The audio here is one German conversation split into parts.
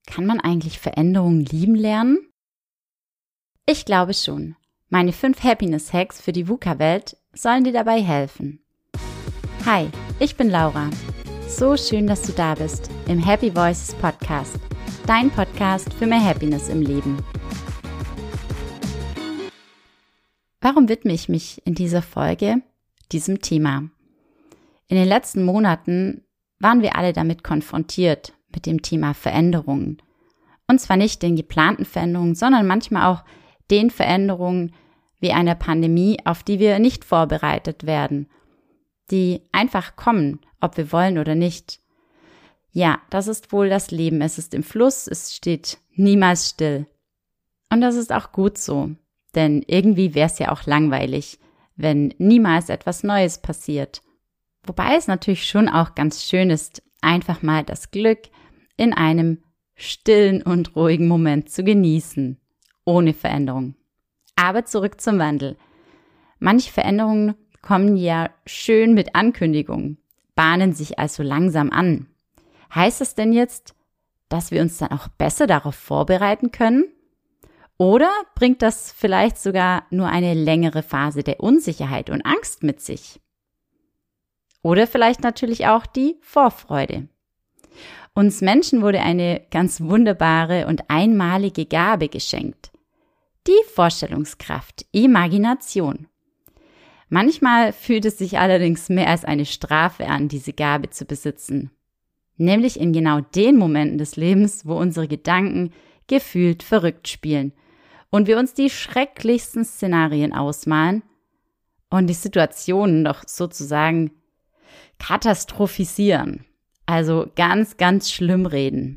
Kann man eigentlich Veränderungen lieben lernen? Ich glaube schon. Meine 5 Happiness-Hacks für die VUCA-Welt sollen dir dabei helfen. Hi, ich bin Laura. So schön, dass du da bist im Happy Voices Podcast, dein Podcast für mehr Happiness im Leben. Warum widme ich mich in dieser Folge diesem Thema? In den letzten Monaten waren wir alle damit konfrontiert, mit dem Thema Veränderungen. Und zwar nicht den geplanten Veränderungen, sondern manchmal auch den Veränderungen wie einer Pandemie, auf die wir nicht vorbereitet werden, die einfach kommen, ob wir wollen oder nicht. Ja, das ist wohl das Leben. Es ist im Fluss, es steht niemals still. Und das ist auch gut so, denn irgendwie wäre es ja auch langweilig, wenn niemals etwas Neues passiert. Wobei es natürlich schon auch ganz schön ist, einfach mal das Glück in einem stillen und ruhigen Moment zu genießen, ohne Veränderung. Aber zurück zum Wandel. Manche Veränderungen kommen ja schön mit Ankündigungen, bahnen sich also langsam an. Heißt es denn jetzt, dass wir uns dann auch besser darauf vorbereiten können? Oder bringt das vielleicht sogar nur eine längere Phase der Unsicherheit und Angst mit sich? Oder vielleicht natürlich auch die Vorfreude. Uns Menschen wurde eine ganz wunderbare und einmalige Gabe geschenkt. Die Vorstellungskraft, Imagination. Manchmal fühlt es sich allerdings mehr als eine Strafe an, diese Gabe zu besitzen. Nämlich in genau den Momenten des Lebens, wo unsere Gedanken gefühlt verrückt spielen und wir uns die schrecklichsten Szenarien ausmalen und die Situationen noch sozusagen katastrophisieren. Also ganz, ganz schlimm reden.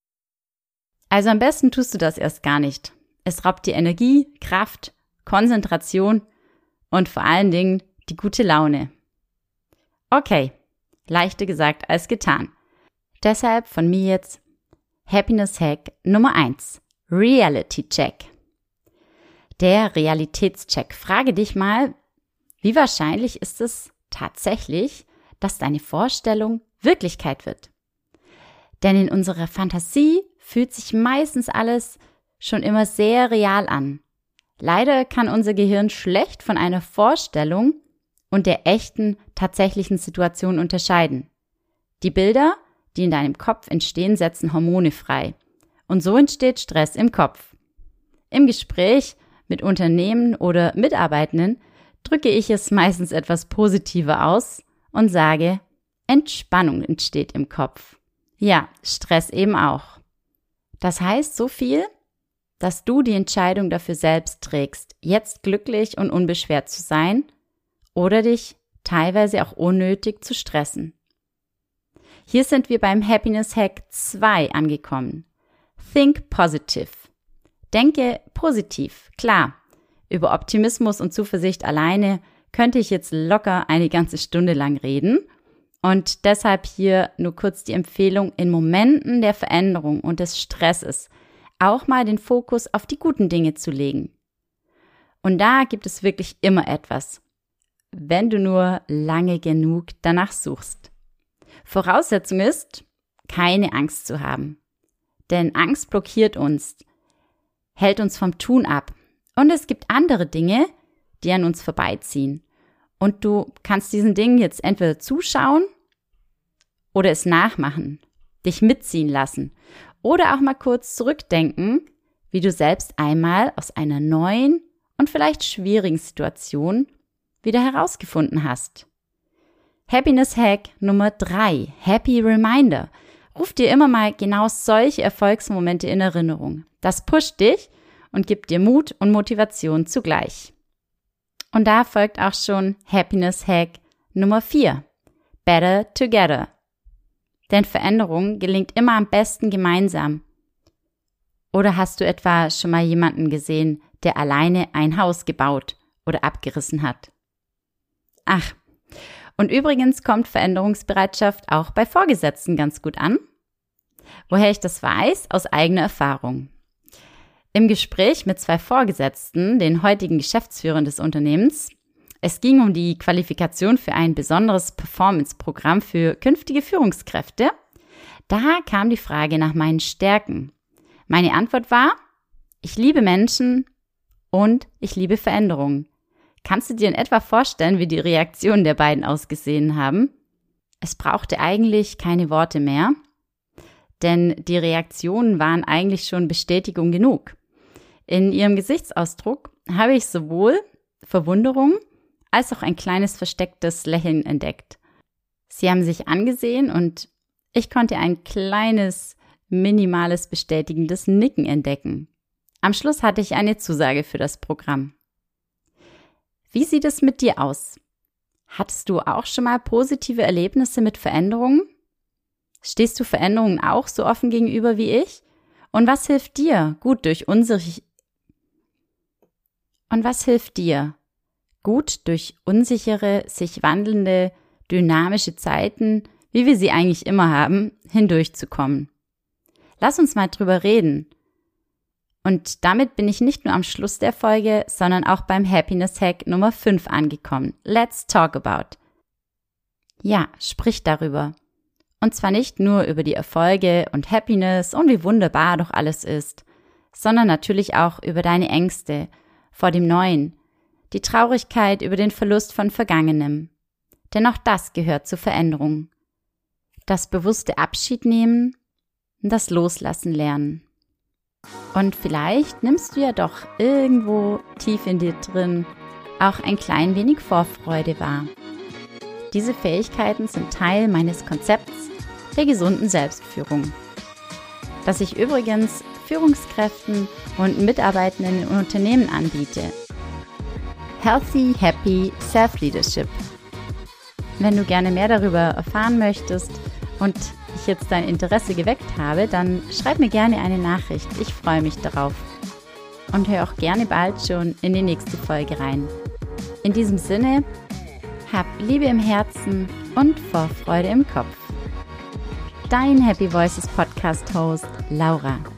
Also am besten tust du das erst gar nicht. Es raubt dir Energie, Kraft, Konzentration und vor allen Dingen die gute Laune. Okay, leichter gesagt als getan. Deshalb von mir jetzt Happiness Hack Nummer 1, Reality Check. Der Realitätscheck. Frage dich mal, wie wahrscheinlich ist es tatsächlich, dass deine Vorstellung Wirklichkeit wird. Denn in unserer Fantasie fühlt sich meistens alles schon immer sehr real an. Leider kann unser Gehirn schlecht von einer Vorstellung und der echten, tatsächlichen Situation unterscheiden. Die Bilder, die in deinem Kopf entstehen, setzen Hormone frei. Und so entsteht Stress im Kopf. Im Gespräch mit Unternehmen oder Mitarbeitenden drücke ich es meistens etwas positiver aus und sage, Entspannung entsteht im Kopf. Ja, Stress eben auch. Das heißt so viel, dass du die Entscheidung dafür selbst trägst, jetzt glücklich und unbeschwert zu sein oder dich teilweise auch unnötig zu stressen. Hier sind wir beim Happiness Hack 2 angekommen. Think positive. Denke positiv. Klar, über Optimismus und Zuversicht alleine könnte ich jetzt locker eine ganze Stunde lang reden. Und deshalb hier nur kurz die Empfehlung, in Momenten der Veränderung und des Stresses auch mal den Fokus auf die guten Dinge zu legen. Und da gibt es wirklich immer etwas, wenn du nur lange genug danach suchst. Voraussetzung ist, keine Angst zu haben. Denn Angst blockiert uns, hält uns vom Tun ab. Und es gibt andere Dinge, die an uns vorbeiziehen. Und du kannst diesen Dingen jetzt entweder zuschauen oder es nachmachen, dich mitziehen lassen oder auch mal kurz zurückdenken, wie du selbst einmal aus einer neuen und vielleicht schwierigen Situation wieder herausgefunden hast. Happiness Hack Nummer 3, Happy Reminder. Ruf dir immer mal genau solche Erfolgsmomente in Erinnerung. Das pusht dich und gibt dir Mut und Motivation zugleich. Und da folgt auch schon Happiness Hack Nummer 4, Better Together. Denn Veränderung gelingt immer am besten gemeinsam. Oder hast du etwa schon mal jemanden gesehen, der alleine ein Haus gebaut oder abgerissen hat? Ach, und übrigens kommt Veränderungsbereitschaft auch bei Vorgesetzten ganz gut an. Woher ich das weiß? Aus eigener Erfahrung. Im Gespräch mit 2 Vorgesetzten, den heutigen Geschäftsführern des Unternehmens, es ging um die Qualifikation für ein besonderes Performance-Programm für künftige Führungskräfte. Da kam die Frage nach meinen Stärken Meine Antwort war, ich liebe Menschen und ich liebe Veränderungen. Kannst du dir in etwa vorstellen, wie die Reaktionen der beiden ausgesehen haben? Es brauchte eigentlich keine Worte mehr, denn die Reaktionen waren eigentlich schon Bestätigung genug. In ihrem Gesichtsausdruck habe ich sowohl Verwunderung als auch ein kleines verstecktes Lächeln entdeckt. Sie haben sich angesehen und ich konnte ein kleines, minimales bestätigendes Nicken entdecken. Am Schluss hatte ich eine Zusage für das Programm. Wie sieht es mit dir aus? Hattest du auch schon mal positive Erlebnisse mit Veränderungen? Stehst du Veränderungen auch so offen gegenüber wie ich? Und was hilft dir gut durch unsichere, sich wandelnde, dynamische Zeiten, wie wir sie eigentlich immer haben, hindurchzukommen? Lass uns mal drüber reden. Und damit bin ich nicht nur am Schluss der Folge, sondern auch beim Happiness Hack Nummer 5 angekommen. Let's talk about. Ja, sprich darüber. Und zwar nicht nur über die Erfolge und Happiness und wie wunderbar doch alles ist, sondern natürlich auch über deine Ängste vor dem Neuen, die Traurigkeit über den Verlust von Vergangenem. Denn auch das gehört zur Veränderung. Das bewusste Abschied nehmen, das Loslassen lernen. Und vielleicht nimmst du ja doch irgendwo tief in dir drin auch ein klein wenig Vorfreude wahr. Diese Fähigkeiten sind Teil meines Konzepts der gesunden Selbstführung, das ich übrigens Führungskräften und Mitarbeitenden in Unternehmen anbiete. Healthy, Happy Self-Leadership. Wenn du gerne mehr darüber erfahren möchtest und ich jetzt dein Interesse geweckt habe, dann schreib mir gerne eine Nachricht. Ich freue mich darauf. Und hör auch gerne bald schon in die nächste Folge rein. In diesem Sinne, hab Liebe im Herzen und Vorfreude im Kopf. Dein Happy Voices Podcast Host Laura.